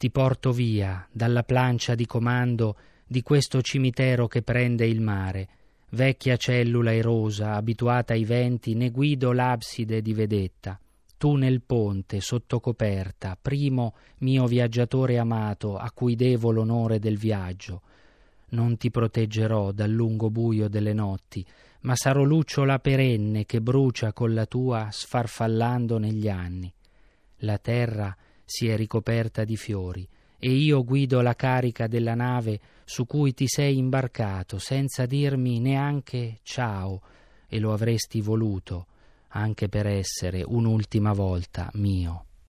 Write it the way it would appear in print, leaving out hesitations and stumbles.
Ti porto via dalla plancia di comando di questo cimitero che prende il mare. Vecchia cellula erosa, abituata ai venti, ne guido l'abside di vedetta. Tu nel ponte, sotto coperta, primo mio viaggiatore amato a cui devo l'onore del viaggio. Non ti proteggerò dal lungo buio delle notti, ma sarò lucciola perenne che brucia con la tua sfarfallando negli anni. La terra si è ricoperta di fiori e io guido la carica della nave su cui ti sei imbarcato senza dirmi neanche ciao, e lo avresti voluto anche per essere un'ultima volta mio.